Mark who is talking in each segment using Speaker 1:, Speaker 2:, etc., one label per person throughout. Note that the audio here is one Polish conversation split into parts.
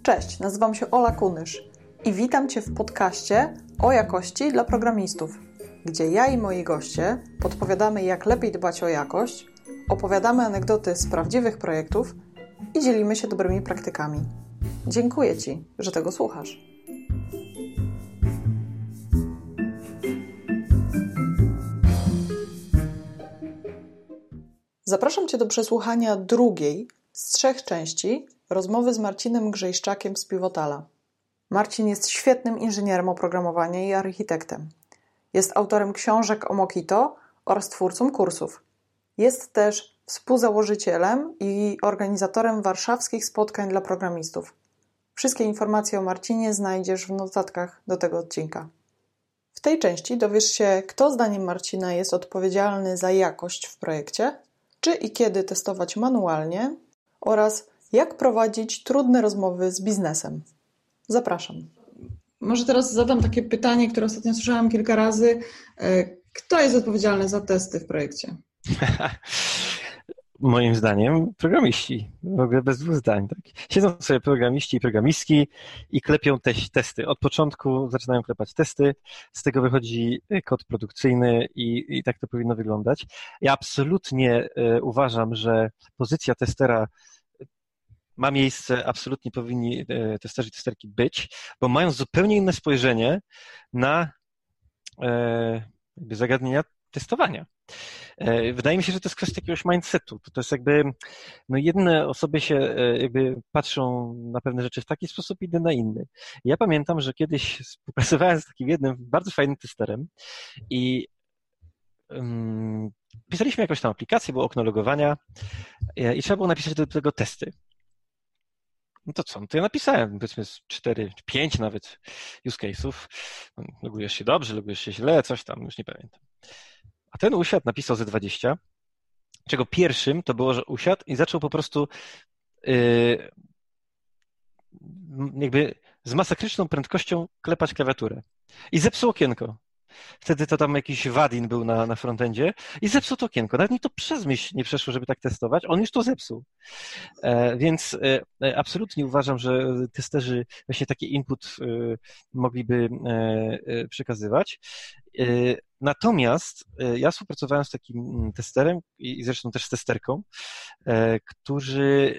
Speaker 1: Cześć, nazywam się Ola Kunysz i witam Cię w podcaście o jakości dla programistów, gdzie ja i moi goście podpowiadamy, jak lepiej dbać o jakość, opowiadamy anegdoty z prawdziwych projektów i dzielimy się dobrymi praktykami. Dziękuję Ci, że tego słuchasz. Zapraszam Cię do przesłuchania drugiej z 3 części rozmowy z Marcinem Grzejszczakiem z Pivotala. Marcin jest świetnym inżynierem oprogramowania i architektem. Jest autorem książek o Mockito oraz twórcą kursów. Jest też współzałożycielem i organizatorem warszawskich spotkań dla programistów. Wszystkie informacje o Marcinie znajdziesz w notatkach do tego odcinka. W tej części dowiesz się, kto zdaniem Marcina jest odpowiedzialny za jakość w projekcie, czy i kiedy testować manualnie oraz jak prowadzić trudne rozmowy z biznesem. Zapraszam. Może teraz zadam takie pytanie, które ostatnio słyszałam kilka razy. Kto jest odpowiedzialny za testy w projekcie?
Speaker 2: Moim zdaniem programiści. W ogóle bez dwóch zdań. Tak? Siedzą sobie programiści i programistki i klepią testy. Od początku zaczynają klepać testy, z tego wychodzi kod produkcyjny i tak to powinno wyglądać. Ja absolutnie uważam, że pozycja testera ma miejsce, absolutnie powinni testerzy i testerki być, bo mają zupełnie inne spojrzenie na jakby zagadnienia testowania. Wydaje mi się, że to jest kwestia jakiegoś mindsetu. To jest jakby, no jedne osoby się jakby patrzą na pewne rzeczy w taki sposób, inne na inny. Ja pamiętam, że kiedyś współpracowałem z takim jednym bardzo fajnym testerem i pisaliśmy jakąś tam aplikację, było okno logowania i trzeba było napisać do tego testy. No to co? No to ja napisałem, powiedzmy 4 czy 5 nawet use case'ów. Logujesz się dobrze, logujesz się źle, coś tam, już nie pamiętam. A ten usiadł, napisał ze 20, czego pierwszym to było, że usiadł i zaczął po prostu jakby z masakryczną prędkością klepać klawiaturę. I zepsuł okienko. Wtedy to tam jakiś Wadin był na frontendzie i zepsuł to okienko. Nawet mi to przez myśl nie przeszło, żeby tak testować. On już to zepsuł. Więc absolutnie uważam, że testerzy właśnie taki input mogliby przekazywać. Natomiast ja współpracowałem z takim testerem i zresztą też z testerką, którzy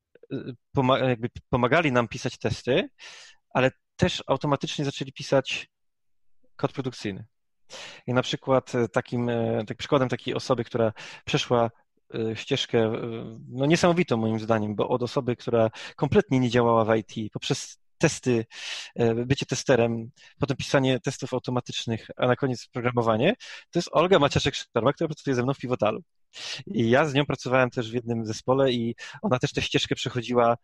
Speaker 2: jakby pomagali nam pisać testy, ale też automatycznie zaczęli pisać kod produkcyjny. I na przykład takim przykładem takiej osoby, która przeszła ścieżkę no niesamowitą moim zdaniem, bo od osoby, która kompletnie nie działała w IT, poprzez testy, bycie testerem, potem pisanie testów automatycznych, a na koniec programowanie, to jest Olga Maciaszek-Sztorma, która pracuje ze mną w Pivotalu. I ja z nią pracowałem też w jednym zespole i ona też tę ścieżkę przechodziła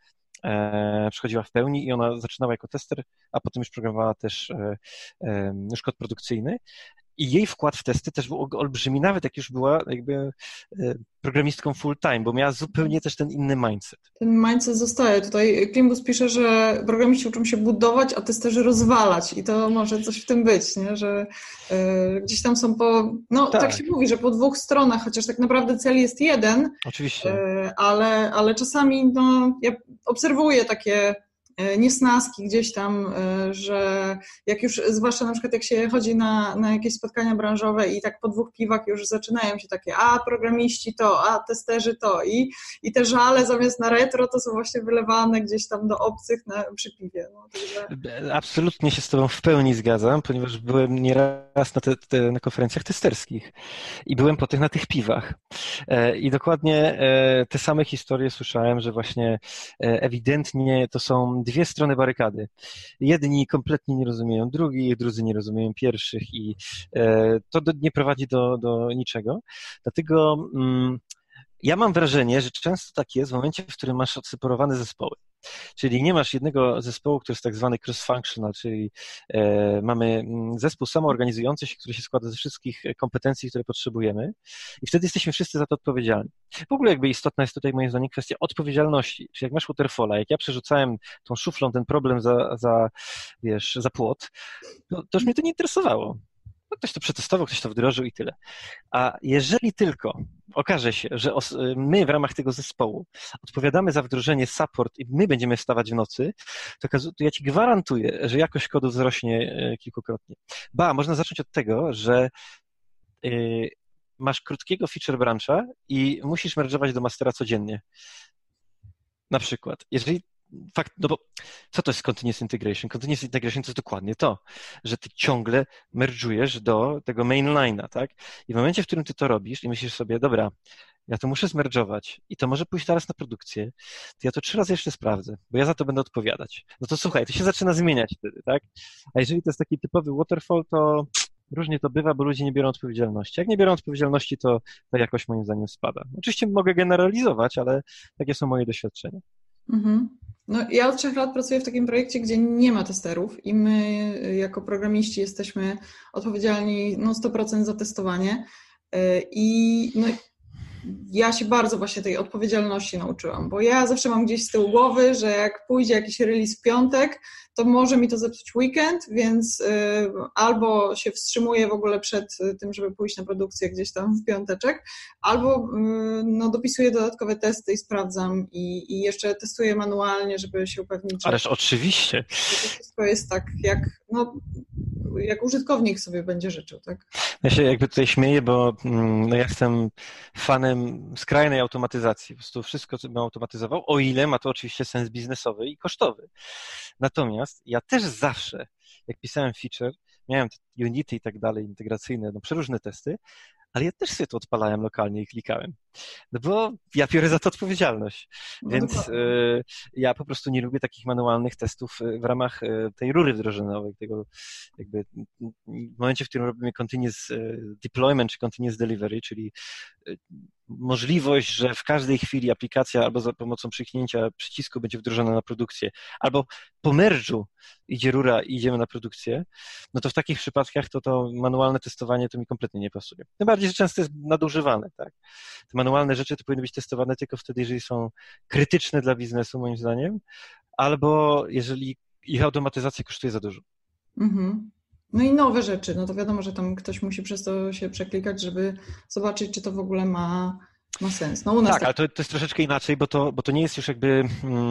Speaker 2: w pełni i ona zaczynała jako tester, a potem już programowała też już kod produkcyjny. I jej wkład w testy też był olbrzymi, nawet jak już była jakby programistką full time, bo miała zupełnie też ten inny mindset.
Speaker 1: Ten mindset zostaje. Tutaj Klimbus pisze, że programiści uczą się budować, a testerzy rozwalać i to może coś w tym być, nie? Że gdzieś tam są tak się mówi, że po 2 stronach, chociaż tak naprawdę cel jest jeden.
Speaker 2: Oczywiście.
Speaker 1: Ale czasami ja obserwuję takie niesnaski gdzieś tam, że jak już, zwłaszcza na przykład jak się chodzi na jakieś spotkania branżowe i tak po 2 piwach już zaczynają się takie, programiści to, testerzy to i te żale zamiast na retro to są właśnie wylewane gdzieś tam do obcych przy piwie. No, także...
Speaker 2: Absolutnie się z Tobą w pełni zgadzam, ponieważ byłem nieraz na konferencjach testerskich i byłem na tych piwach. I dokładnie te same historie słyszałem, że właśnie ewidentnie to są 2 strony barykady. Jedni kompletnie nie rozumieją drugich, drudzy nie rozumieją pierwszych i to nie prowadzi do niczego. Dlatego ja mam wrażenie, że często tak jest w momencie, w którym masz odseparowane zespoły. Czyli nie masz jednego zespołu, który jest tak zwany cross-functional, czyli mamy zespół samoorganizujący się, który się składa ze wszystkich kompetencji, które potrzebujemy i wtedy jesteśmy wszyscy za to odpowiedzialni. W ogóle jakby istotna jest tutaj moim zdaniem kwestia odpowiedzialności. Czyli jak masz waterfalla, jak ja przerzucałem tą szuflą ten problem za płot, to już mnie to nie interesowało. No, ktoś to przetestował, ktoś to wdrożył i tyle. A jeżeli tylko okaże się, że my w ramach tego zespołu odpowiadamy za wdrożenie support i my będziemy wstawać w nocy, to ja ci gwarantuję, że jakość kodu wzrośnie kilkukrotnie. Można zacząć od tego, że masz krótkiego feature brancha i musisz merge'ować do mastera codziennie. Na przykład. Jeżeli no bo co to jest continuous integration? Continuous integration to jest dokładnie to, że ty ciągle merge'ujesz do tego mainline'a, tak? I w momencie, w którym ty to robisz i myślisz sobie, dobra, ja to muszę zmerge'ować i to może pójść teraz na produkcję, to ja to 3 razy jeszcze sprawdzę, bo ja za to będę odpowiadać. No to słuchaj, to się zaczyna zmieniać wtedy, tak? A jeżeli to jest taki typowy waterfall, to różnie to bywa, bo ludzie nie biorą odpowiedzialności. Jak nie biorą odpowiedzialności, to ta jakość moim zdaniem spada. Oczywiście mogę generalizować, ale takie są moje doświadczenia.
Speaker 1: Mhm. No, ja od 3 lat pracuję w takim projekcie, gdzie nie ma testerów i my jako programiści jesteśmy odpowiedzialni 100% za testowanie. I no, ja się bardzo właśnie tej odpowiedzialności nauczyłam, bo ja zawsze mam gdzieś z tyłu głowy, że jak pójdzie jakiś release w piątek, to może mi to zepsuć weekend, więc albo się wstrzymuję w ogóle przed tym, żeby pójść na produkcję gdzieś tam w piąteczek, albo dopisuję dodatkowe testy i sprawdzam i jeszcze testuję manualnie, żeby się upewnić, że
Speaker 2: Ależ oczywiście.
Speaker 1: to wszystko jest tak, jak użytkownik sobie będzie życzył, tak?
Speaker 2: Ja się jakby tutaj śmieję, bo ja jestem fanem skrajnej automatyzacji. Po prostu wszystko, co bym automatyzował, o ile ma to oczywiście sens biznesowy i kosztowy. Natomiast ja też zawsze, jak pisałem feature, miałem Unity i tak dalej, integracyjne, przeróżne testy, ale ja też sobie to odpalałem lokalnie i klikałem. No bo ja biorę za to odpowiedzialność. Więc ja po prostu nie lubię takich manualnych testów w ramach tej rury wdrożeniowej, tego jakby w momencie, w którym robimy continuous deployment czy continuous delivery, czyli możliwość, że w każdej chwili aplikacja albo za pomocą kliknięcia przycisku będzie wdrożona na produkcję, albo po merge'u idzie rura i idziemy na produkcję, no to w takich przypadkach to manualne testowanie to mi kompletnie nie pasuje. Tym bardziej, że często jest nadużywane, tak? Te manualne rzeczy to powinny być testowane tylko wtedy, jeżeli są krytyczne dla biznesu, moim zdaniem, albo jeżeli ich automatyzacja kosztuje za dużo.
Speaker 1: Mhm. No i nowe rzeczy, no to wiadomo, że tam ktoś musi przez to się przeklikać, żeby zobaczyć, czy to w ogóle ma sens. No u nas
Speaker 2: tak, ale to jest troszeczkę inaczej, bo to nie jest już jakby...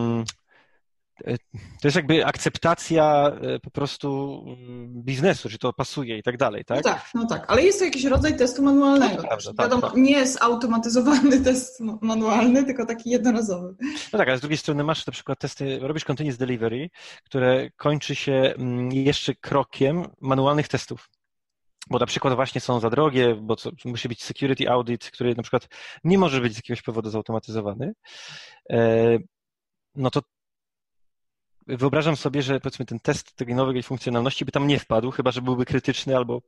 Speaker 2: To jest jakby akceptacja po prostu biznesu, że to pasuje i tak dalej, tak?
Speaker 1: No tak, ale jest to jakiś rodzaj testu manualnego.
Speaker 2: No to prawda,
Speaker 1: wiadomo,
Speaker 2: tak.
Speaker 1: nie jest automatyzowany test manualny, tylko taki jednorazowy.
Speaker 2: No tak, ale z drugiej strony masz na przykład testy, robisz continuous delivery, które kończy się jeszcze krokiem manualnych testów. Bo na przykład właśnie są za drogie, bo musi być security audit, który na przykład nie może być z jakiegoś powodu zautomatyzowany, no to wyobrażam sobie, że powiedzmy ten test tej nowej funkcjonalności by tam nie wpadł, chyba że byłby krytyczny albo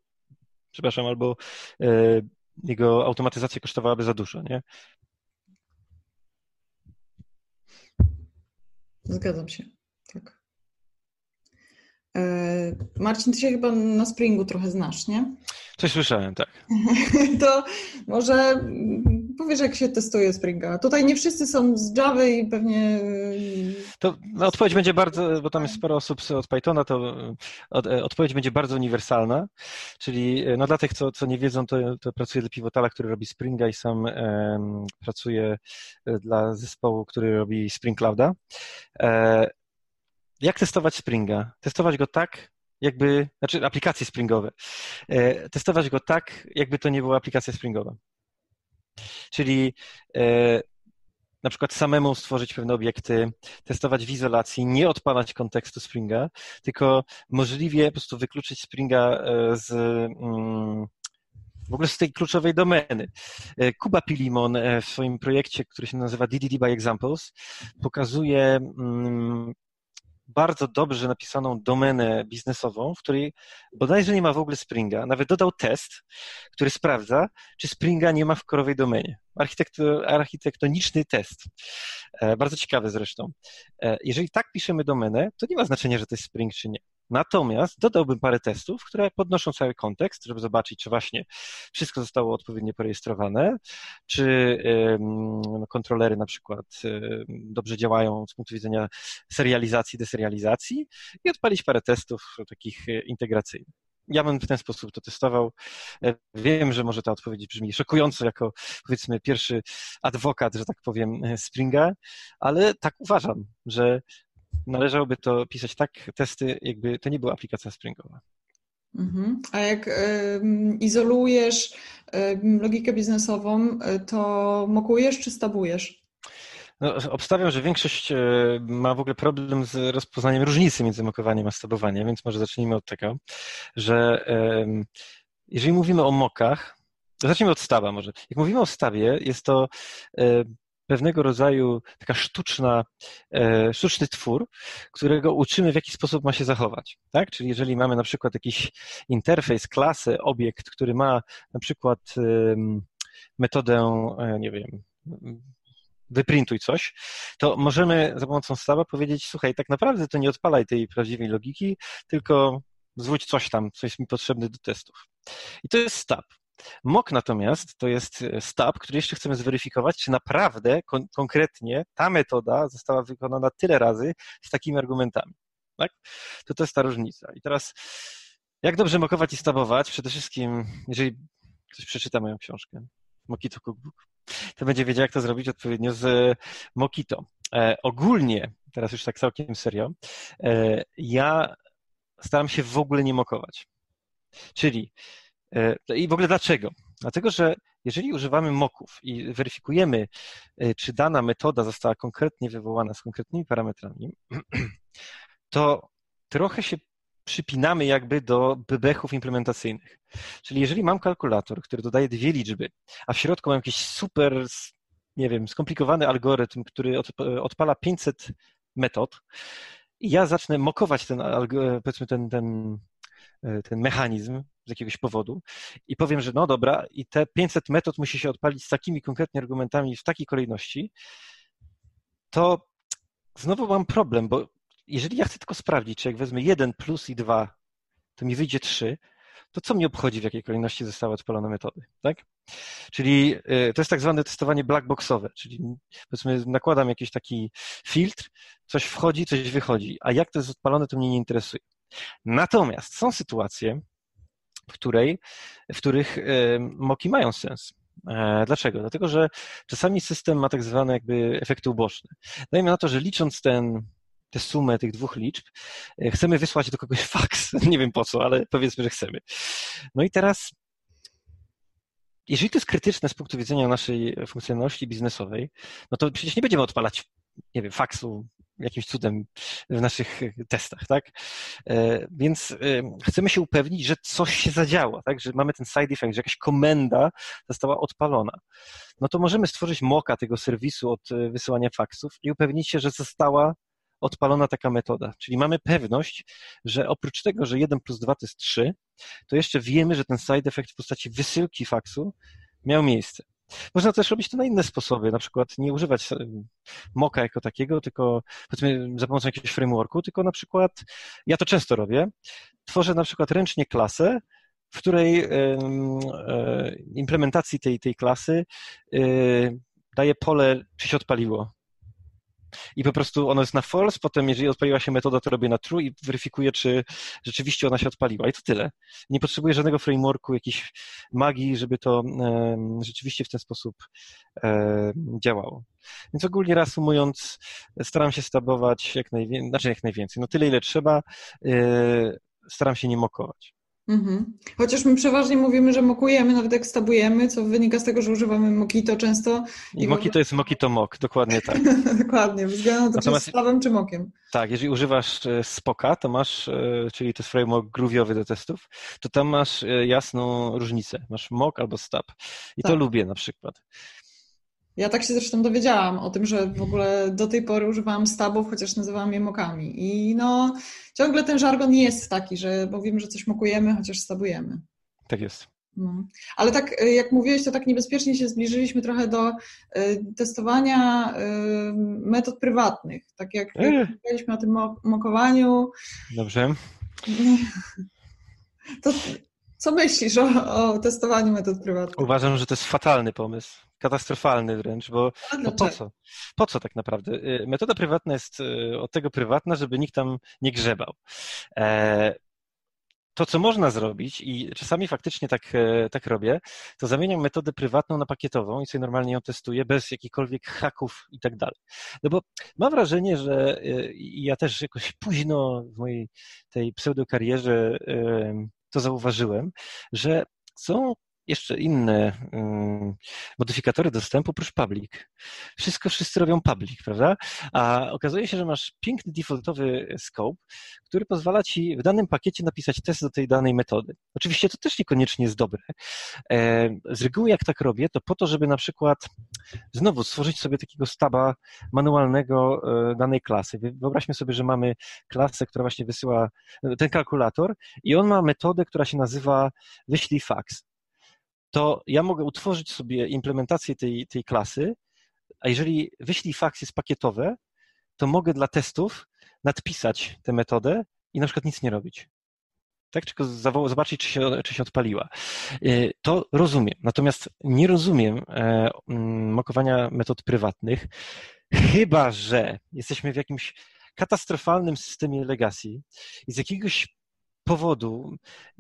Speaker 2: jego automatyzacja kosztowałaby za dużo, nie?
Speaker 1: Zgadzam się, tak. Marcin, ty się chyba na Springu trochę znasz, nie?
Speaker 2: Coś słyszałem, tak.
Speaker 1: To może powiesz, jak się testuje Springa. Tutaj nie wszyscy są z Java i pewnie...
Speaker 2: To odpowiedź będzie bardzo, bo tam jest sporo osób od Pythona, to odpowiedź będzie bardzo uniwersalna, czyli dla tych, co nie wiedzą, to pracuję dla Pivotala, który robi Springa i sam pracuję dla zespołu, który robi Spring Clouda. Jak testować Springa? Testować go tak, znaczy aplikacje springowe. Testować go tak, jakby to nie była aplikacja springowa. Czyli na przykład samemu stworzyć pewne obiekty, testować w izolacji, nie odpalać kontekstu Springa, tylko możliwie po prostu wykluczyć Springa w ogóle z tej kluczowej domeny. Kuba Pilimon w swoim projekcie, który się nazywa DDD by Examples, pokazuje bardzo dobrze napisaną domenę biznesową, w której bodajże nie ma w ogóle Springa. Nawet dodał test, który sprawdza, czy Springa nie ma w korowej domenie. Architektoniczny test. Bardzo ciekawy zresztą. Jeżeli tak piszemy domenę, to nie ma znaczenia, że to jest Spring czy nie. Natomiast dodałbym parę testów, które podnoszą cały kontekst, żeby zobaczyć, czy właśnie wszystko zostało odpowiednio porejestrowane, czy kontrolery na przykład dobrze działają z punktu widzenia serializacji, deserializacji i odpalić parę testów takich integracyjnych. ja bym w ten sposób to testował. Wiem, że może ta odpowiedź brzmi szokująco jako, powiedzmy, pierwszy adwokat, że tak powiem, Springa, ale tak uważam, że należałoby to pisać tak, testy, jakby to nie była aplikacja Springowa.
Speaker 1: A jak izolujesz logikę biznesową, to mokujesz czy stabujesz?
Speaker 2: No, obstawiam, że większość ma w ogóle problem z rozpoznaniem różnicy między mokowaniem a stabowaniem, więc może zacznijmy od tego, że jeżeli mówimy o mokach, to zacznijmy od staba może. Jak mówimy o stabie, jest to pewnego rodzaju taka sztuczny twór, którego uczymy, w jaki sposób ma się zachować. Tak? Czyli jeżeli mamy na przykład jakiś interfejs, klasę, obiekt, który ma na przykład metodę, nie wiem, wyprintuj coś, to możemy za pomocą staba powiedzieć, słuchaj, tak naprawdę to nie odpalaj tej prawdziwej logiki, tylko zwróć coś tam, co jest mi potrzebne do testów. I to jest stab. Mock natomiast to jest stab, który jeszcze chcemy zweryfikować, czy naprawdę konkretnie ta metoda została wykonana tyle razy z takimi argumentami. Tak? To jest ta różnica. I teraz jak dobrze mockować i stabować? Przede wszystkim, jeżeli ktoś przeczyta moją książkę, Mockito Cookbook, to będzie wiedział, jak to zrobić odpowiednio z Mockito. Ogólnie, teraz już tak całkiem serio, ja staram się w ogóle nie mokować. Czyli i w ogóle dlaczego? Dlatego, że jeżeli używamy mocków i weryfikujemy, czy dana metoda została konkretnie wywołana z konkretnymi parametrami, to trochę się przypinamy jakby do bebechów implementacyjnych. Czyli jeżeli mam kalkulator, który dodaje dwie liczby, a w środku mam jakiś super, nie wiem, skomplikowany algorytm, który odpala 500 metod i ja zacznę mokować powiedzmy ten mechanizm z jakiegoś powodu i powiem, że no dobra, i te 500 metod musi się odpalić z takimi konkretnie argumentami w takiej kolejności, to znowu mam problem, bo jeżeli ja chcę tylko sprawdzić, czy jak wezmę 1 plus i 2, to mi wyjdzie 3, to co mnie obchodzi, w jakiej kolejności zostały odpalone metody, tak? Czyli to jest tak zwane testowanie blackboxowe, czyli powiedzmy nakładam jakiś taki filtr, coś wchodzi, coś wychodzi, a jak to jest odpalone, to mnie nie interesuje. Natomiast są sytuacje, w których moki mają sens. Dlaczego? Dlatego, że czasami system ma tak zwane jakby efekty uboczne. Dajmy na to, że licząc tę sumę tych dwóch liczb, chcemy wysłać do kogoś faks. Nie wiem po co, ale powiedzmy, że chcemy. No i teraz, jeżeli to jest krytyczne z punktu widzenia naszej funkcjonalności biznesowej, no to przecież nie będziemy odpalać, nie wiem, faksu jakimś cudem w naszych testach, tak? Więc chcemy się upewnić, że coś się zadziało, tak? Że mamy ten side effect, że jakaś komenda została odpalona. No to możemy stworzyć mocka tego serwisu od wysyłania faksów i upewnić się, że została odpalona taka metoda. Czyli mamy pewność, że oprócz tego, że 1 plus 2 to jest 3, to jeszcze wiemy, że ten side effect w postaci wysyłki faksu miał miejsce. Można też robić to na inne sposoby, na przykład nie używać mocka jako takiego, tylko powiedzmy za pomocą jakiegoś frameworku, tylko na przykład, ja to często robię, tworzę na przykład ręcznie klasę, w której implementacji tej klasy daję pole, czy się odpaliło. I po prostu ono jest na false, potem jeżeli odpaliła się metoda, to robię na true i weryfikuję, czy rzeczywiście ona się odpaliła. I to tyle. Nie potrzebuję żadnego frameworku, jakiejś magii, żeby to rzeczywiście w ten sposób działało. Więc ogólnie reasumując, staram się stabować jak najwięcej. No tyle, ile trzeba. Staram się nie mokować.
Speaker 1: Chociaż my przeważnie mówimy, że mokujemy, nawet jak stabujemy, co wynika z tego, że używamy Mockito często.
Speaker 2: I Mockito jest Mockito mock, dokładnie tak.
Speaker 1: Dokładnie, bez względu na to, czy jest stabem, czy mockiem.
Speaker 2: Tak, jeżeli używasz Spoka, to masz, czyli to jest framework grooviowy do testów, to tam masz jasną różnicę. Masz mock albo stab. I to lubię na przykład.
Speaker 1: Ja tak się zresztą dowiedziałam o tym, że w ogóle do tej pory używałam stabów, chociaż nazywałam je mokami. I no, ciągle ten żargon jest taki, że mówimy, że coś mokujemy, chociaż stabujemy.
Speaker 2: Tak jest.
Speaker 1: No. Ale tak jak mówiłeś, to tak niebezpiecznie się zbliżyliśmy trochę do testowania metod prywatnych. Tak jak mówiliśmy o tym mokowaniu.
Speaker 2: Dobrze.
Speaker 1: To co myślisz o testowaniu metod prywatnych?
Speaker 2: Uważam, że to jest fatalny pomysł. Katastrofalny wręcz, bo po co? Po co tak naprawdę? Metoda prywatna jest od tego prywatna, żeby nikt tam nie grzebał. to, co można zrobić i czasami faktycznie tak robię, to zamieniam metodę prywatną na pakietową i sobie normalnie ją testuję bez jakichkolwiek haków i tak dalej. No bo mam wrażenie, że ja też jakoś późno w mojej tej pseudokarierze to zauważyłem, że są jeszcze inne modyfikatory dostępu oprócz public. Wszystko wszyscy robią public, prawda? A okazuje się, że masz piękny defaultowy scope, który pozwala ci w danym pakiecie napisać test do tej danej metody. Oczywiście to też niekoniecznie jest dobre. Z reguły jak tak robię, to po to, żeby na przykład znowu stworzyć sobie takiego staba manualnego danej klasy. Wyobraźmy sobie, że mamy klasę, która właśnie wysyła ten kalkulator i on ma metodę, która się nazywa wyślij fax. To ja mogę utworzyć sobie implementację tej klasy, a jeżeli wyślij fax jest pakietowe, to mogę dla testów nadpisać tę metodę i na przykład nic nie robić. Tak? Tylko zobaczyć, czy się odpaliła. To rozumiem. Natomiast nie rozumiem mokowania metod prywatnych, chyba że jesteśmy w jakimś katastrofalnym systemie legacy i z jakiegoś powodu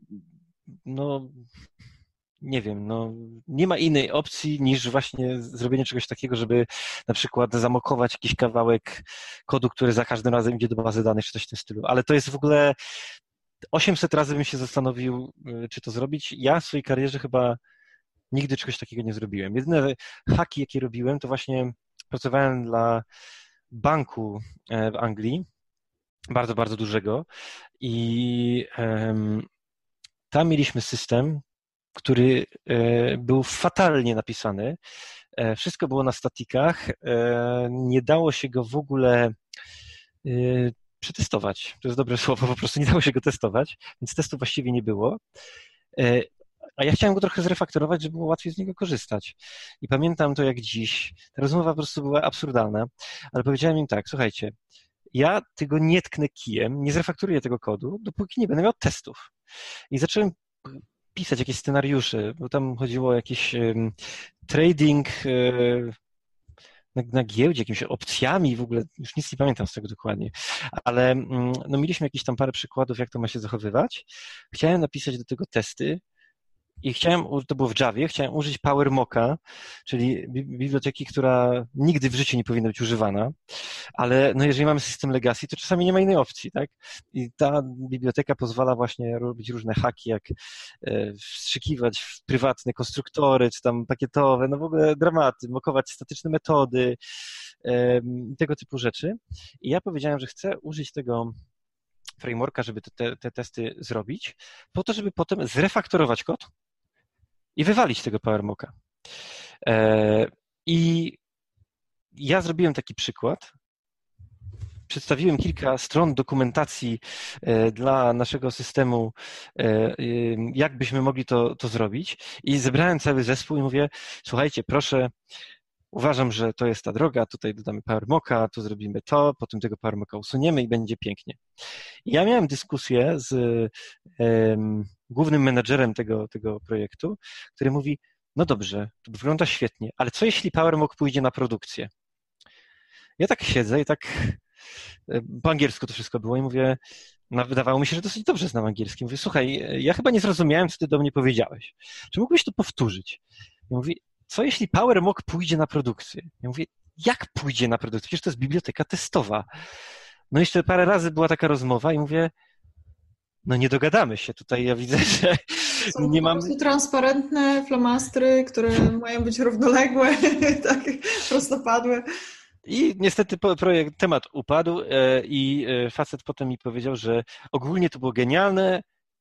Speaker 2: nie wiem, nie ma innej opcji niż właśnie zrobienie czegoś takiego, żeby na przykład zamokować jakiś kawałek kodu, który za każdym razem idzie do bazy danych, czy coś w tym stylu. Ale to jest w ogóle 800 razy bym się zastanowił, czy to zrobić. Ja w swojej karierze chyba nigdy czegoś takiego nie zrobiłem. Jedyne haki, jakie robiłem, to właśnie pracowałem dla banku w Anglii, bardzo, bardzo dużego i tam mieliśmy system, który był fatalnie napisany. Wszystko było na statikach. Nie dało się go w ogóle przetestować. To jest dobre słowo, po prostu nie dało się go testować, więc testu właściwie nie było. A ja chciałem go trochę zrefaktorować, żeby było łatwiej z niego korzystać. I pamiętam to jak dziś. Ta rozmowa po prostu była absurdalna, ale powiedziałem im tak, słuchajcie, ja tego nie tknę kijem, nie zrefakturuję tego kodu, dopóki nie będę miał testów. I zacząłem pisać jakieś scenariusze, bo tam chodziło o jakiś trading na giełdzie, jakimiś opcjami w ogóle, już nic nie pamiętam z tego dokładnie, ale mieliśmy jakieś tam parę przykładów, jak to ma się zachowywać. Chciałem napisać do tego testy i to było w Javie, chciałem użyć PowerMocka, czyli biblioteki, która nigdy w życiu nie powinna być używana, ale jeżeli mamy system legacy, to czasami nie ma innej opcji, tak? I ta biblioteka pozwala właśnie robić różne haki, jak wstrzykiwać w prywatne konstruktory, czy tam pakietowe, w ogóle dramaty, mokować statyczne metody, tego typu rzeczy. I ja powiedziałem, że chcę użyć tego frameworka, żeby te testy zrobić, po to, żeby potem zrefaktorować kod i wywalić tego PowerMocka. I ja zrobiłem taki przykład. Przedstawiłem kilka stron dokumentacji dla naszego systemu, jak byśmy mogli to zrobić i zebrałem cały zespół i mówię, słuchajcie, proszę, uważam, że to jest ta droga, tutaj dodamy PowerMocka, tu zrobimy to, potem tego PowerMocka usuniemy i będzie pięknie. I ja miałem dyskusję z głównym menedżerem tego projektu, który mówi, no dobrze, to wygląda świetnie, ale co jeśli PowerMock pójdzie na produkcję? Ja tak siedzę i tak po angielsku to wszystko było i mówię, wydawało mi się, że dosyć dobrze znam angielski. Mówię, słuchaj, ja chyba nie zrozumiałem, co ty do mnie powiedziałeś. Czy mógłbyś to powtórzyć? I mówi, co jeśli PowerMock pójdzie na produkcję? Ja mówię, jak pójdzie na produkcję? Przecież to jest biblioteka testowa. Jeszcze parę razy była taka rozmowa i mówię, nie dogadamy się. Tutaj ja widzę, że
Speaker 1: Są
Speaker 2: nie
Speaker 1: po
Speaker 2: mamy...
Speaker 1: prostu transparentne flamastry, które mają być równoległe, tak prostopadłe.
Speaker 2: I niestety temat upadł i facet potem mi powiedział, że ogólnie to było genialne,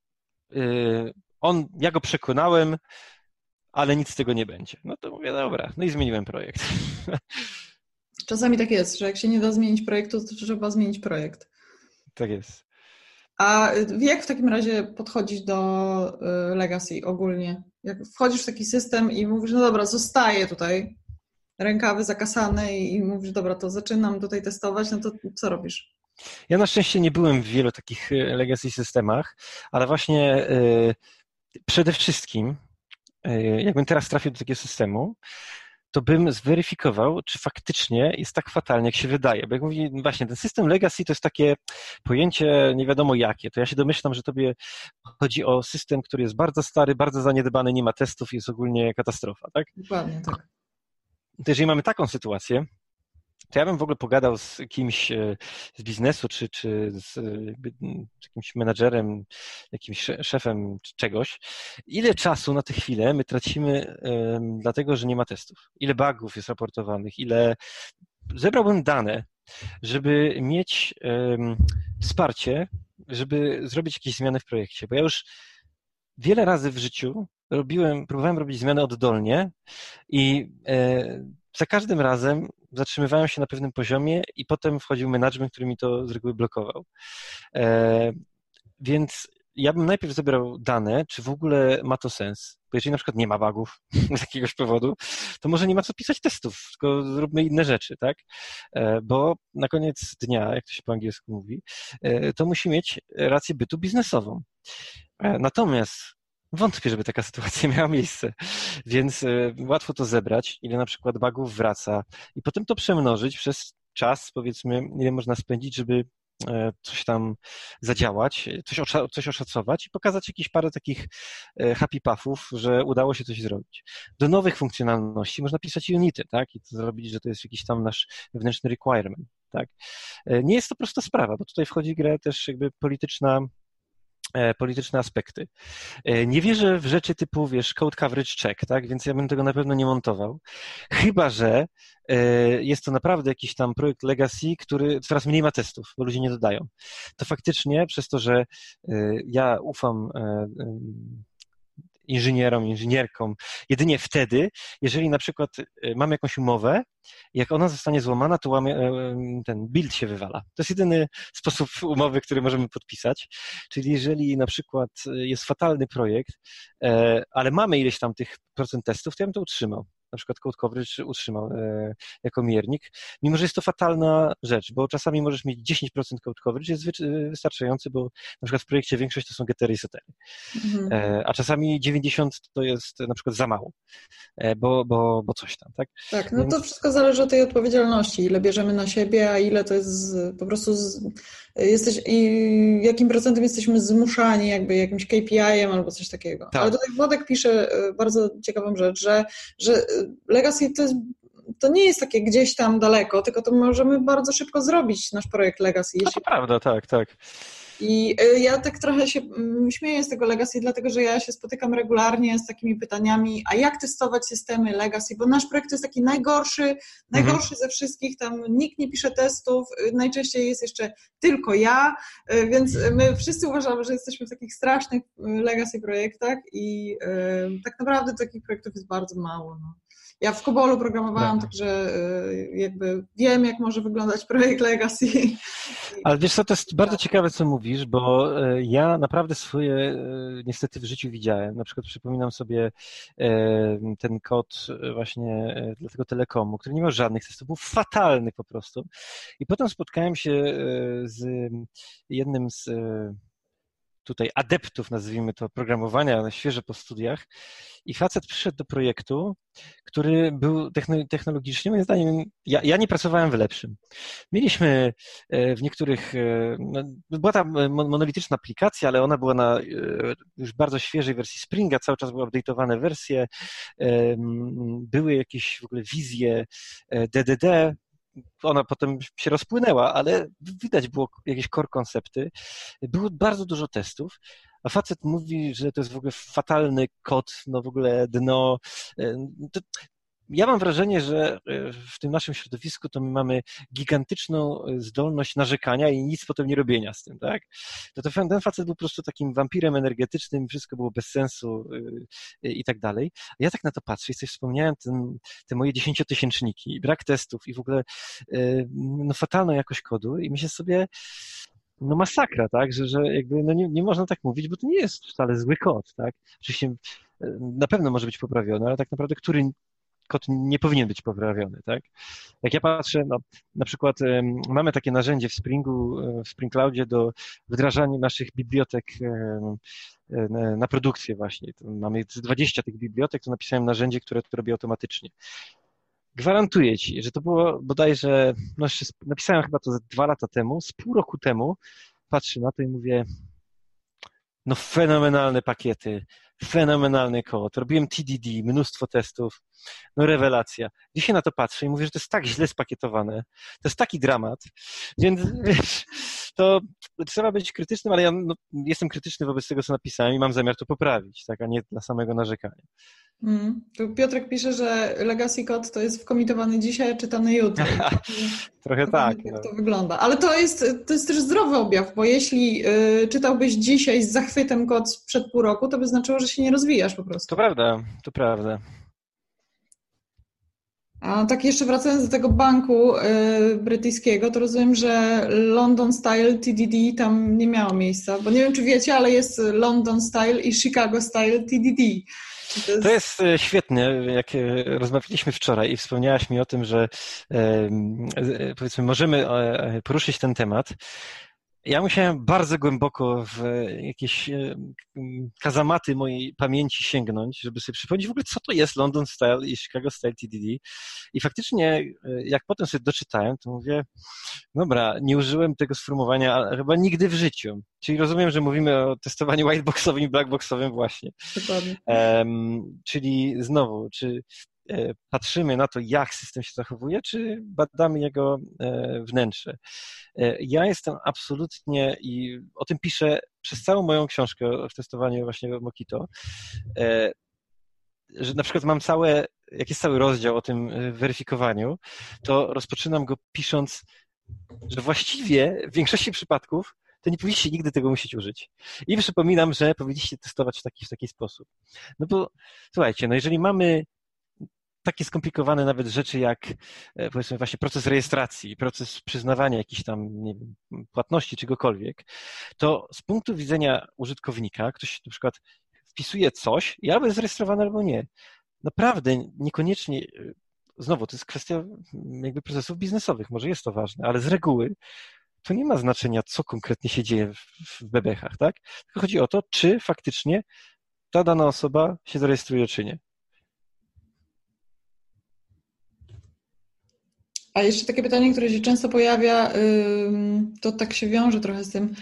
Speaker 2: ja go przekonałem, ale nic z tego nie będzie. To mówię, dobra, i zmieniłem projekt.
Speaker 1: Czasami tak jest, że jak się nie da zmienić projektu, to trzeba zmienić projekt.
Speaker 2: Tak jest.
Speaker 1: A jak w takim razie podchodzić do legacy ogólnie? Jak wchodzisz w taki system i mówisz, no dobra, zostaję tutaj, rękawy zakasane i mówisz, dobra, to zaczynam tutaj testować, no to co robisz?
Speaker 2: Ja na szczęście nie byłem w wielu takich legacy systemach, ale właśnie przede wszystkim, jakbym teraz trafił do takiego systemu, to bym zweryfikował, czy faktycznie jest tak fatalnie, jak się wydaje. Bo jak mówi, właśnie ten system legacy to jest takie pojęcie nie wiadomo jakie. To ja się domyślam, że tobie chodzi o system, który jest bardzo stary, bardzo zaniedbany, nie ma testów, jest ogólnie katastrofa, tak?
Speaker 1: Dokładnie, tak.
Speaker 2: To jeżeli mamy taką sytuację, to ja bym w ogóle pogadał z kimś z biznesu, czy z jakimś menadżerem, jakimś szefem czy czegoś. Ile czasu na tę chwilę my tracimy dlatego, że nie ma testów? Ile bugów jest raportowanych? Ile... Zebrałbym dane, żeby mieć wsparcie, żeby zrobić jakieś zmiany w projekcie, bo ja już wiele razy w życiu próbowałem robić zmiany oddolnie i za każdym razem zatrzymywałem się na pewnym poziomie i potem wchodził management, który mi to z reguły blokował. Więc ja bym najpierw zebrał dane, czy w ogóle ma to sens. Bo jeżeli na przykład nie ma bugów z jakiegoś powodu, to może nie ma co pisać testów, tylko zróbmy inne rzeczy, tak? Bo na koniec dnia, jak to się po angielsku mówi, to musi mieć rację bytu biznesową. Natomiast wątpię, żeby taka sytuacja miała miejsce, więc łatwo to zebrać, ile na przykład bugów wraca i potem to przemnożyć przez czas, powiedzmy, ile można spędzić, żeby coś tam zadziałać, coś oszacować i pokazać jakieś parę takich happy puffów, że udało się coś zrobić. Do nowych funkcjonalności można pisać unity, tak? I to zrobić, że to jest jakiś tam nasz wewnętrzny requirement, tak? Nie jest to prosta sprawa, bo tutaj wchodzi w grę też jakby polityczne aspekty. Nie wierzę w rzeczy typu, wiesz, code coverage check, tak? Więc ja bym tego na pewno nie montował. Chyba że jest to naprawdę jakiś tam projekt legacy, który coraz mniej ma testów, bo ludzie nie dodają. To faktycznie przez to, że ja ufam inżynierom, inżynierkom jedynie wtedy, jeżeli na przykład mamy jakąś umowę, jak ona zostanie złamana, to ten build się wywala. To jest jedyny sposób umowy, który możemy podpisać. Czyli jeżeli na przykład jest fatalny projekt, ale mamy ileś tam tych procent testów, to ja bym to utrzymał. Na przykład code coverage utrzymał jako miernik, mimo że jest to fatalna rzecz, bo czasami możesz mieć 10% code coverage, jest wystarczający, bo na przykład w projekcie większość to są gettery i settery, a czasami 90 to jest na przykład za mało, bo coś tam, tak?
Speaker 1: Tak, no to wszystko zależy od tej odpowiedzialności, ile bierzemy na siebie, a ile to jest po prostu i jakim procentem jesteśmy zmuszani, jakby jakimś KPI-em albo coś takiego. Tak. Ale tutaj Włodek pisze bardzo ciekawą rzecz, że legacy to nie jest takie gdzieś tam daleko, tylko to możemy bardzo szybko zrobić nasz projekt legacy.
Speaker 2: To prawda, tak.
Speaker 1: I ja tak trochę się śmieję z tego legacy, dlatego że ja się spotykam regularnie z takimi pytaniami, a jak testować systemy legacy, bo nasz projekt jest taki najgorszy ze wszystkich, tam nikt nie pisze testów, najczęściej jest jeszcze tylko ja, więc my wszyscy uważamy, że jesteśmy w takich strasznych legacy projektach i tak naprawdę takich projektów jest bardzo mało. No. Ja w Cobolu programowałam, także jakby wiem, jak może wyglądać projekt legacy.
Speaker 2: Ale wiesz co, to jest bardzo ciekawe, co mówisz, bo ja naprawdę swoje niestety w życiu widziałem. Na przykład przypominam sobie ten kod właśnie dla tego telekomu, który nie miał żadnych testów, był fatalny po prostu. I potem spotkałem się z jednym z tutaj adeptów, nazwijmy to, programowania, świeżo po studiach i facet przyszedł do projektu, który był technologicznie, moim zdaniem, ja nie pracowałem w lepszym. Mieliśmy w niektórych, była tam monolityczna aplikacja, ale ona była na już bardzo świeżej wersji Springa, cały czas były update'owane wersje, były jakieś w ogóle wizje DDD, ona potem się rozpłynęła, ale widać było jakieś core koncepty. Było bardzo dużo testów, a facet mówi, że to jest w ogóle fatalny kod, no w ogóle dno. Ja mam wrażenie, że w tym naszym środowisku to my mamy gigantyczną zdolność narzekania i nic potem nie robienia z tym, tak? Ten facet był po prostu takim wampirem energetycznym, wszystko było bez sensu i tak dalej. A ja tak na to patrzę i sobie wspomniałem te moje 10-tysięczniki, brak testów i w ogóle no, fatalną jakość kodu i myślę sobie, no masakra, tak, że jakby no nie można tak mówić, bo to nie jest wcale zły kod, tak? Oczywiście na pewno może być poprawiony, ale tak naprawdę kod nie powinien być poprawiony, tak? Jak ja patrzę, no, na przykład mamy takie narzędzie w Springu, w Spring Cloudzie do wdrażania naszych bibliotek na produkcję właśnie. Mamy 20 tych bibliotek, to napisałem narzędzie, które to robi automatycznie. gwarantuję ci, że to było bodajże, no napisałem chyba to 2 lata temu, z pół roku temu, patrzę na to i mówię, no fenomenalne pakiety, fenomenalny kod, robiłem TDD, mnóstwo testów, no rewelacja. Dzisiaj na to patrzę i mówię, że to jest tak źle spakietowane, to jest taki dramat, więc wiesz, to trzeba być krytycznym, ale ja jestem krytyczny wobec tego, co napisałem i mam zamiar to poprawić, tak, a nie dla samego narzekania.
Speaker 1: Tu Piotrek pisze, że Legacy Code to jest wkomitowany dzisiaj, a czytany jutro.
Speaker 2: Trochę tak.
Speaker 1: Jak to wygląda. Ale to jest też zdrowy objaw, bo jeśli czytałbyś dzisiaj z zachwytem kod sprzed pół roku, to by znaczyło, że się nie rozwijasz po prostu.
Speaker 2: To prawda, to prawda.
Speaker 1: A tak jeszcze wracając do tego banku brytyjskiego, to rozumiem, że London Style TDD tam nie miało miejsca, bo nie wiem, czy wiecie, ale jest London Style i Chicago Style TDD.
Speaker 2: To jest świetne, jak rozmawialiśmy wczoraj i wspomniałaś mi o tym, że powiedzmy możemy poruszyć ten temat. Ja musiałem bardzo głęboko w jakieś kazamaty mojej pamięci sięgnąć, żeby sobie przypomnieć w ogóle, co to jest London Style i Chicago Style TDD. I faktycznie, jak potem sobie doczytałem, to mówię, dobra, nie użyłem tego sformułowania chyba nigdy w życiu. Czyli rozumiem, że mówimy o testowaniu whiteboxowym i blackboxowym właśnie.
Speaker 1: Dokładnie.
Speaker 2: Czyli znowu, czy patrzymy na to, jak system się zachowuje, czy badamy jego wnętrze. Ja jestem absolutnie, i o tym piszę przez całą moją książkę o testowaniu właśnie Mockito, że na przykład jak jest cały rozdział o tym weryfikowaniu, to rozpoczynam go pisząc, że właściwie w większości przypadków to nie powinniście nigdy tego musieć użyć. I przypominam, że powinniście testować w taki sposób. No bo słuchajcie, no jeżeli mamy takie skomplikowane nawet rzeczy jak powiedzmy właśnie proces rejestracji, proces przyznawania jakichś tam, nie wiem, płatności, czegokolwiek, to z punktu widzenia użytkownika ktoś na przykład wpisuje coś i albo jest zarejestrowany, albo nie. Naprawdę niekoniecznie, znowu, to jest kwestia jakby procesów biznesowych, może jest to ważne, ale z reguły to nie ma znaczenia, co konkretnie się dzieje w bebechach, tak? Tylko chodzi o to, czy faktycznie ta dana osoba się zarejestruje, czy nie.
Speaker 1: A jeszcze takie pytanie, które się często pojawia, to tak się wiąże trochę z tym,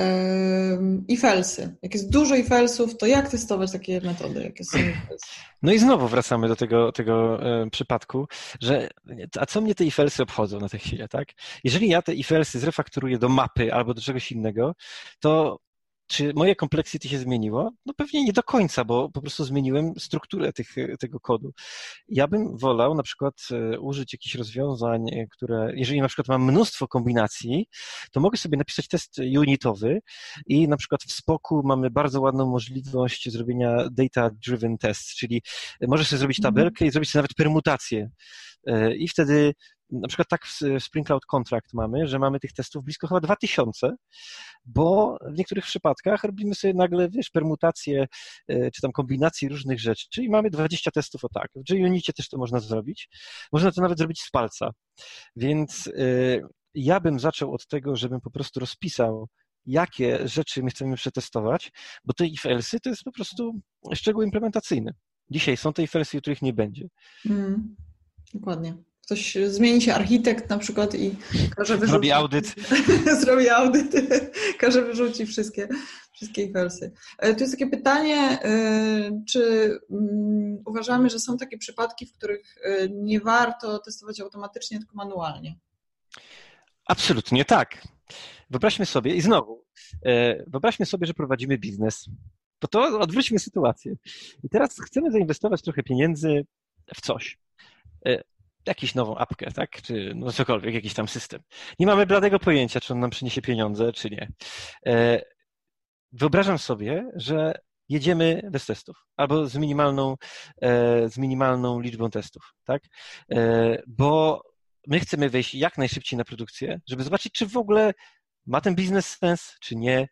Speaker 1: if-else'y. Jak jest dużo if-else'ów, to jak testować takie metody? Jakie są if-else'y?
Speaker 2: No i znowu wracamy do tego przypadku, że a co mnie te if-else'y obchodzą na tę chwilę, tak? Jeżeli ja te if-else'y zrefakturuję do mapy albo do czegoś innego, to czy moje complexity się zmieniło? No pewnie nie do końca, bo po prostu zmieniłem strukturę tego kodu. Ja bym wolał na przykład użyć jakichś rozwiązań, które, jeżeli na przykład mam mnóstwo kombinacji, to mogę sobie napisać test unitowy i na przykład w Spoku mamy bardzo ładną możliwość zrobienia data-driven test, czyli możesz sobie zrobić tabelkę i zrobić sobie nawet permutację. I wtedy na przykład tak w Spring Cloud Contract mamy, że mamy tych testów blisko chyba 2000, bo w niektórych przypadkach robimy sobie nagle, wiesz, permutacje czy tam kombinacje różnych rzeczy, czyli mamy 20 testów o tak. W JUnicie też to można zrobić. Można to nawet zrobić z palca. Więc ja bym zaczął od tego, żebym po prostu rozpisał, jakie rzeczy my chcemy przetestować, bo te if-else'y to jest po prostu szczegół implementacyjny. Dzisiaj są te if-else'y, których nie będzie.
Speaker 1: Dokładnie. Ktoś zmieni się architekt na przykład i każe wyrzucić.
Speaker 2: Zrobi audyt.
Speaker 1: Zrobi audyt, każe wyrzucić wszystkie if-else'y. Tu jest takie pytanie, czy uważamy, że są takie przypadki, w których nie warto testować automatycznie, tylko manualnie?
Speaker 2: Absolutnie tak. Wyobraźmy sobie, i znowu, wyobraźmy sobie, że prowadzimy biznes, bo to odwróćmy sytuację. I teraz chcemy zainwestować trochę pieniędzy w coś. Jakąś nową apkę, tak? Czy no cokolwiek, jakiś tam system. Nie mamy bladego pojęcia, czy on nam przyniesie pieniądze, czy nie. Wyobrażam sobie, że jedziemy bez testów, albo z minimalną liczbą testów, tak? Bo my chcemy wejść jak najszybciej na produkcję, żeby zobaczyć, czy w ogóle ma ten biznes sens, czy nie.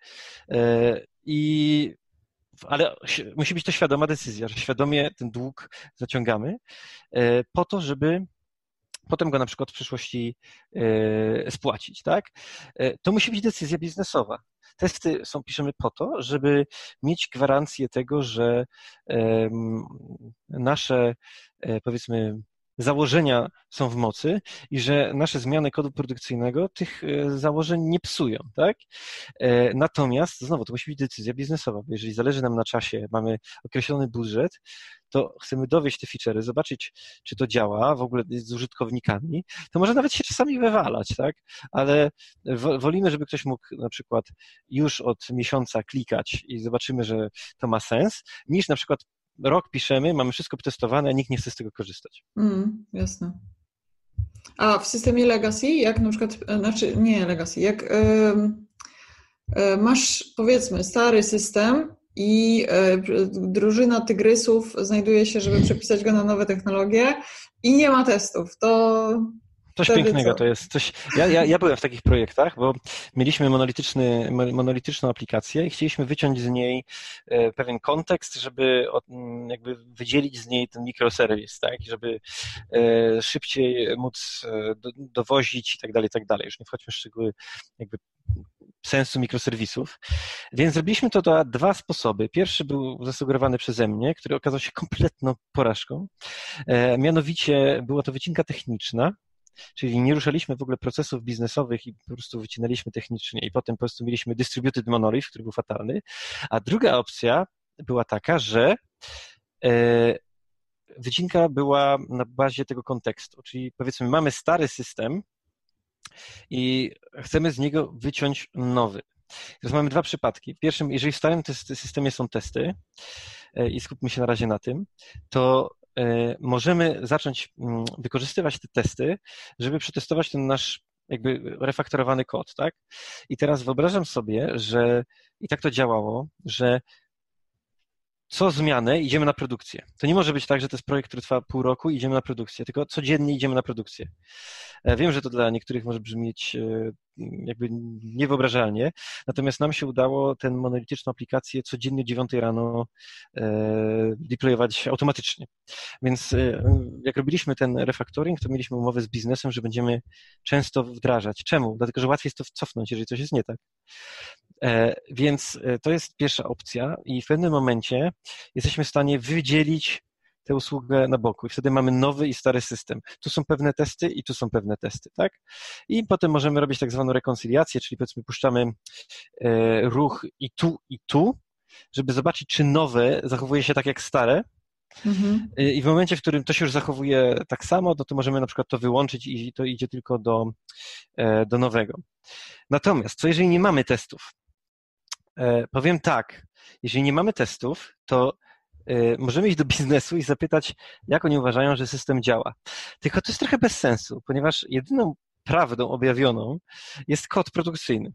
Speaker 2: Ale musi być to świadoma decyzja, że świadomie ten dług zaciągamy po to, żeby potem go na przykład w przyszłości spłacić, tak? To musi być decyzja biznesowa. Testy piszemy po to, żeby mieć gwarancję tego, że nasze, powiedzmy, założenia są w mocy i że nasze zmiany kodu produkcyjnego tych założeń nie psują, tak? Natomiast znowu to musi być decyzja biznesowa, bo jeżeli zależy nam na czasie, mamy określony budżet, to chcemy dowieść te feature'y, zobaczyć, czy to działa, w ogóle z użytkownikami, to może nawet się czasami wywalać, tak? Ale wolimy, żeby ktoś mógł na przykład już od miesiąca klikać i zobaczymy, że to ma sens, niż na przykład rok piszemy, mamy wszystko testowane, a nikt nie chce z tego korzystać.
Speaker 1: Jasne. A w systemie legacy, jak na przykład, znaczy nie legacy, jak masz powiedzmy stary system i drużyna tygrysów znajduje się, żeby przepisać go na nowe technologie i nie ma testów, to
Speaker 2: coś pięknego to jest. Ja byłem w takich projektach, bo mieliśmy monolityczną aplikację i chcieliśmy wyciąć z niej pewien kontekst, żeby jakby wydzielić z niej ten mikroserwis, tak? Żeby szybciej móc dowozić i tak dalej, i tak dalej. Już nie wchodźmy w szczegóły jakby sensu mikroserwisów. Więc zrobiliśmy to na dwa sposoby. Pierwszy był zasugerowany przeze mnie, który okazał się kompletną porażką. Mianowicie była to wycinka techniczna, czyli nie ruszaliśmy w ogóle procesów biznesowych i po prostu wycinaliśmy technicznie i potem po prostu mieliśmy distributed monolith, który był fatalny. A druga opcja była taka, że wycinka była na bazie tego kontekstu, czyli powiedzmy mamy stary system i chcemy z niego wyciąć nowy. Teraz mamy dwa przypadki. W pierwszym, jeżeli w starym systemie są testy i skupmy się na razie na tym, to możemy zacząć wykorzystywać te testy, żeby przetestować ten nasz jakby refaktorowany kod, tak? I teraz wyobrażam sobie, że i tak to działało, że co zmianę idziemy na produkcję. To nie może być tak, że to jest projekt, który trwa pół roku i idziemy na produkcję, tylko codziennie idziemy na produkcję. Wiem, że to dla niektórych może brzmieć jakby niewyobrażalnie, natomiast nam się udało tę monolityczną aplikację codziennie o 9 rano deployować automatycznie. Więc jak robiliśmy ten refactoring, to mieliśmy umowę z biznesem, że będziemy często wdrażać. Czemu? Dlatego, że łatwiej jest to cofnąć, jeżeli coś jest nie tak. Więc to jest pierwsza opcja i w pewnym momencie jesteśmy w stanie wydzielić tę usługę na boku i wtedy mamy nowy i stary system. Tu są pewne testy i tu są pewne testy, tak? I potem możemy robić tak zwaną rekonciliację, czyli powiedzmy puszczamy ruch i tu, żeby zobaczyć, czy nowe zachowuje się tak jak stare. I w momencie, w którym to się już zachowuje tak samo, no to możemy na przykład to wyłączyć i to idzie tylko do nowego. Natomiast co jeżeli nie mamy testów? Powiem tak, jeżeli nie mamy testów, to możemy iść do biznesu i zapytać, jak oni uważają, że system działa. Tylko to jest trochę bez sensu, ponieważ jedyną prawdą objawioną jest kod produkcyjny.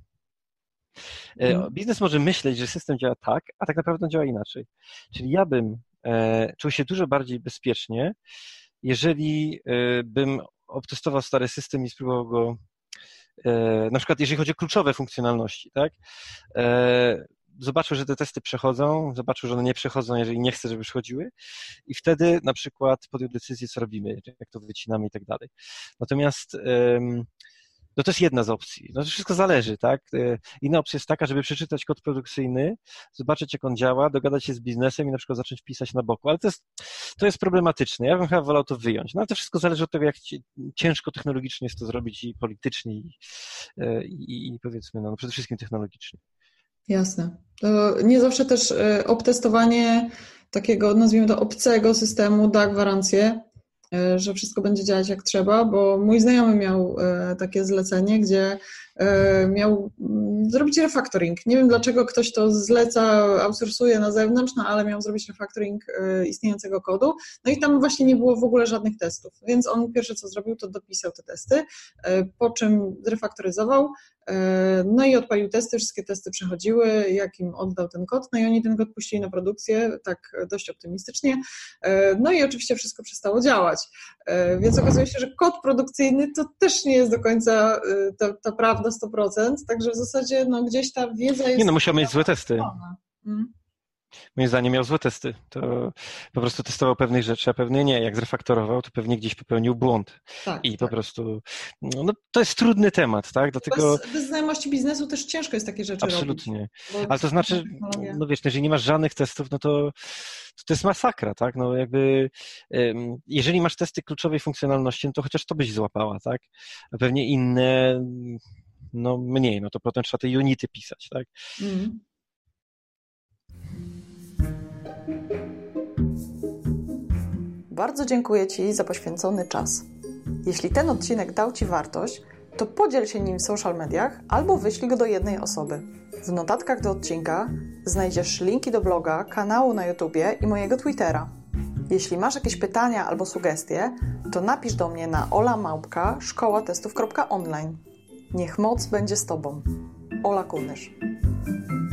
Speaker 2: Biznes może myśleć, że system działa tak, a tak naprawdę on działa inaczej. Czyli ja bym czuł się dużo bardziej bezpiecznie, jeżeli bym obtestował stary system i spróbował go, na przykład jeżeli chodzi o kluczowe funkcjonalności, tak? Zobaczył, że te testy przechodzą, zobaczył, że one nie przechodzą, jeżeli nie chce, żeby przychodziły i wtedy na przykład podjął decyzję, co robimy, jak to wycinamy i tak dalej. Natomiast no to jest jedna z opcji. No to wszystko zależy, tak? Inna opcja jest taka, żeby przeczytać kod produkcyjny, zobaczyć, jak on działa, dogadać się z biznesem i na przykład zacząć pisać na boku, ale to jest problematyczne. Ja bym chyba wolał to wyjąć. No ale to wszystko zależy od tego, jak ciężko technologicznie jest to zrobić i politycznie i powiedzmy, no przede wszystkim technologicznie.
Speaker 1: Jasne. To nie zawsze też obtestowanie takiego, nazwijmy to, obcego systemu da gwarancję, że wszystko będzie działać jak trzeba, bo mój znajomy miał takie zlecenie, gdzie miał zrobić refactoring. Nie wiem, dlaczego ktoś to zleca, outsourcuje na zewnątrz, no ale miał zrobić refactoring istniejącego kodu, no i tam właśnie nie było w ogóle żadnych testów, więc on pierwsze co zrobił, to dopisał te testy, po czym zrefaktoryzował, no i odpalił testy, wszystkie testy przechodziły, jak im oddał ten kod, no i oni ten kod puścili na produkcję, tak dość optymistycznie, no i oczywiście wszystko przestało działać, więc okazuje się, że kod produkcyjny to też nie jest do końca ta prawda 100%, także w zasadzie no, gdzieś ta wiedza jest...
Speaker 2: Nie no, musiał mieć złe testy. Moim zdaniem miał złe testy. To po prostu testował pewnych rzeczy, a pewnie nie. Jak zrefaktorował, to pewnie gdzieś popełnił błąd.
Speaker 1: Tak,
Speaker 2: I
Speaker 1: tak.
Speaker 2: po prostu, no to jest trudny temat, tak? Dlatego...
Speaker 1: Bez znajomości biznesu też ciężko jest takie rzeczy
Speaker 2: Absolutnie.
Speaker 1: robić.
Speaker 2: Ale to znaczy, no wiesz, jeżeli nie masz żadnych testów, no to jest masakra, tak? No jakby, jeżeli masz testy kluczowej funkcjonalności, no to chociaż to byś złapała, tak? A pewnie inne, no mniej, no to potem trzeba te unity pisać, tak?
Speaker 1: Mm. Bardzo dziękuję Ci za poświęcony czas. Jeśli ten odcinek dał Ci wartość, to podziel się nim w social mediach albo wyślij go do jednej osoby. W notatkach do odcinka znajdziesz linki do bloga, kanału na YouTubie i mojego Twittera. Jeśli masz jakieś pytania albo sugestie, to napisz do mnie na ola@szkołatestów.online. Niech moc będzie z Tobą. Ola Kunysz.